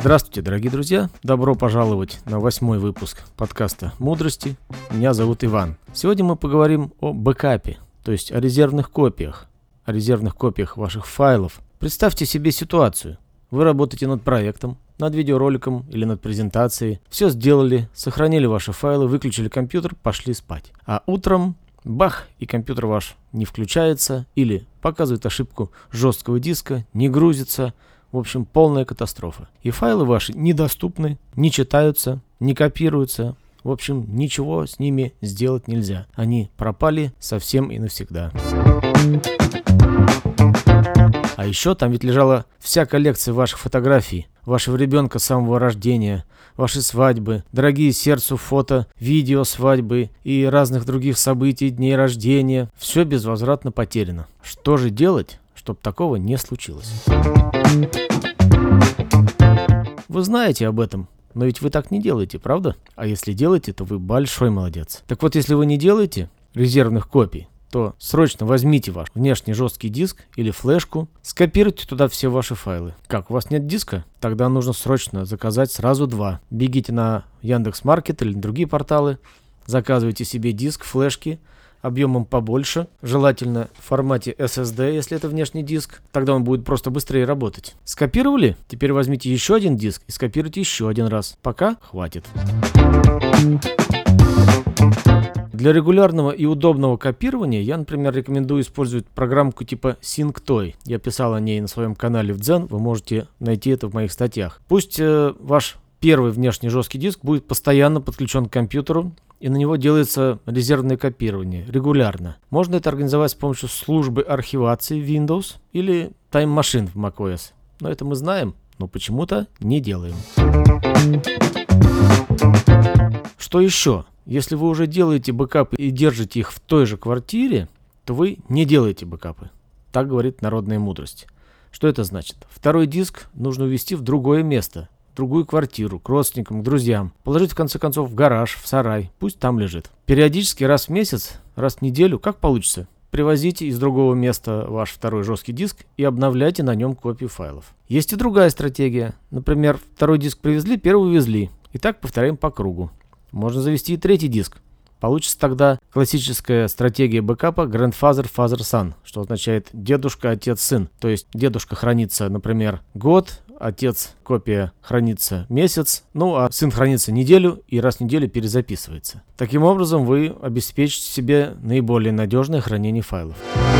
Здравствуйте, дорогие друзья! Добро пожаловать на 8-й выпуск подкаста «Мудрости». Меня зовут Иван. Сегодня мы поговорим о бэкапе, то есть о резервных копиях ваших файлов. Представьте себе ситуацию. Вы работаете над проектом, над видеороликом или над презентацией. Все сделали, сохранили ваши файлы, выключили компьютер, пошли спать. А утром бах, и компьютер ваш не включается или показывает ошибку жесткого диска, не грузится. В общем, полная катастрофа. И файлы ваши недоступны, не читаются, не копируются. В общем, ничего с ними сделать нельзя. Они пропали совсем и навсегда. А еще там ведь лежала вся коллекция ваших фотографий, вашего ребенка с самого рождения, ваши свадьбы, дорогие сердцу фото, видео свадьбы и разных других событий, дней рождения. Все безвозвратно потеряно. Что же делать, чтобы такого не случилось? Вы знаете об этом, но ведь вы так не делаете, правда? А если делаете, то вы большой молодец. Так вот, если вы не делаете резервных копий, то срочно возьмите ваш внешний жесткий диск или флешку, скопируйте туда все ваши файлы. Как, у вас нет диска? Тогда нужно срочно заказать сразу 2. Бегите на Яндекс.Маркет или на другие порталы, заказывайте себе диск, флешки, объемом побольше, желательно в формате SSD, если это внешний диск, тогда он будет просто быстрее работать. Скопировали? Теперь возьмите еще один диск и скопируйте еще один раз. Пока хватит. Для регулярного и удобного копирования я, например, рекомендую использовать программку типа SyncToy. Я писал о ней на своем канале в Дзен, вы можете найти это в моих статьях. Пусть ваш первый внешний жесткий диск будет постоянно подключен к компьютеру, и на него делается резервное копирование регулярно. Можно это организовать с помощью службы архивации Windows или Time Machine в macOS. Но это мы знаем, но почему-то не делаем. Что еще? Если вы уже делаете бэкапы и держите их в той же квартире, то вы не делаете бэкапы. Так говорит народная мудрость. Что это значит? Второй диск нужно увезти в другое место. Другую квартиру, к родственникам, к друзьям. Положить, в конце концов, в гараж, в сарай. Пусть там лежит. Периодически, раз в месяц, раз в неделю, как получится, привозите из другого места ваш второй жесткий диск и обновляйте на нем копию файлов. Есть и другая стратегия. Например, второй диск привезли, первый увезли. И так повторяем по кругу. Можно завести и третий диск. Получится тогда классическая стратегия бэкапа Grandfather, Father, Son, что означает дедушка, отец, сын. То есть дедушка хранится, например, год, отец копия хранится месяц, ну а сын хранится неделю и раз в неделю перезаписывается. Таким образом вы обеспечите себе наиболее надежное хранение файлов.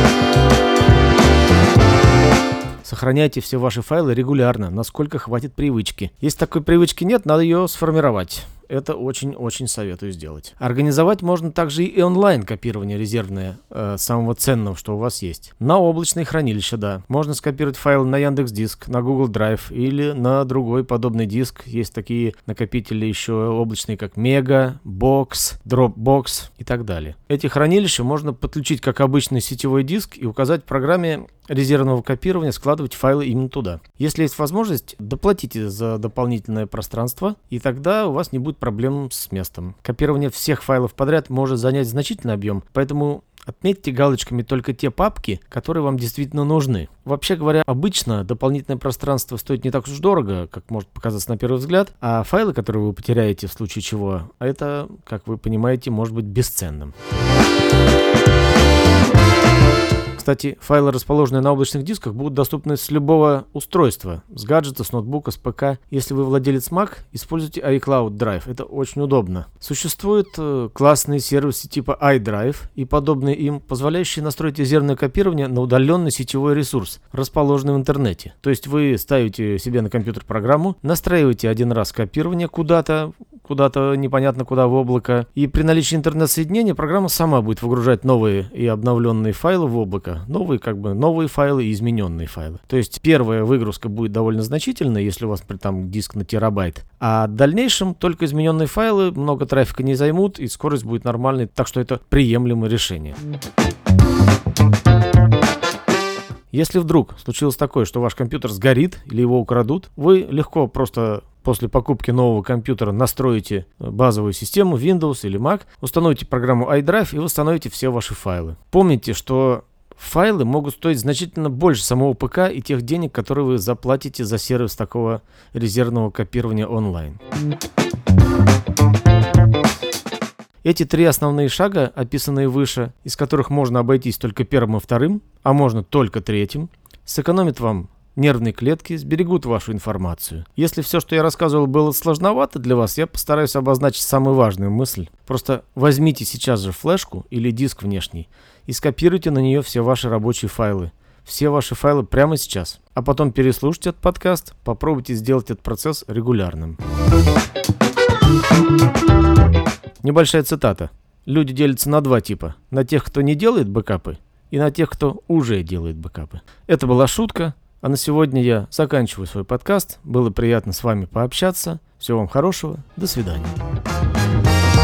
Сохраняйте все ваши файлы регулярно, насколько хватит привычки. Если такой привычки нет, надо ее сформировать. Это очень-очень советую сделать. Организовать можно также и онлайн-копирование резервное самого ценного, что у вас есть. На облачные хранилища, да. Можно скопировать файлы на Яндекс.Диск, на Google Drive или на другой подобный диск. Есть такие накопители еще облачные, как Mega, Box, Dropbox и так далее. Эти хранилища можно подключить как обычный сетевой диск и указать в программе резервного копирования складывать файлы именно туда. Если есть возможность, доплатите за дополнительное пространство, и тогда у вас не будет проблем с местом. Копирование всех файлов подряд может занять значительный объем, поэтому отметьте галочками только те папки, которые вам действительно нужны. Вообще говоря, обычно дополнительное пространство стоит не так уж дорого, как может показаться на первый взгляд, а файлы, которые вы потеряете в случае чего, это, как вы понимаете, может быть бесценным. Кстати, файлы, расположенные на облачных дисках, будут доступны с любого устройства, с гаджета, с ноутбука, с ПК. Если вы владелец Mac, используйте iCloud Drive, это очень удобно. Существуют классные сервисы типа iDrive и подобные им, позволяющие настроить резервное копирование на удаленный сетевой ресурс, расположенный в интернете. То есть вы ставите себе на компьютер программу, настраиваете один раз копирование куда-то непонятно куда в облако, и при наличии интернет-соединения программа сама будет выгружать новые и обновленные файлы в облако. Новые файлы и измененные файлы. То есть первая выгрузка будет довольно значительная, если у вас там диск на терабайт. А в дальнейшем только измененные файлы много трафика не займут, и скорость будет нормальной, так что это приемлемое решение. Если вдруг случилось такое, что ваш компьютер сгорит или его украдут, вы легко просто после покупки нового компьютера настроите базовую систему Windows или Mac, установите программу iDrive и восстановите все ваши файлы. Помните, что Файлы могут стоить значительно больше самого ПК и тех денег, которые вы заплатите за сервис такого резервного копирования онлайн. Эти 3 основные шага, описанные выше, из которых можно обойтись только первым и вторым, а можно только третьим, сэкономят вам нервные клетки, сберегут вашу информацию. Если все, что я рассказывал, было сложновато для вас, я постараюсь обозначить самую важную мысль. Просто возьмите сейчас же флешку или диск внешний и скопируйте на нее все ваши рабочие файлы. Все ваши файлы прямо сейчас. А потом переслушайте этот подкаст, попробуйте сделать этот процесс регулярным. Небольшая цитата. Люди делятся на 2 типа. На тех, кто не делает бэкапы, и на тех, кто уже делает бэкапы. Это была шутка, а на сегодня я заканчиваю свой подкаст. Было приятно с вами пообщаться. Всего вам хорошего. До свидания.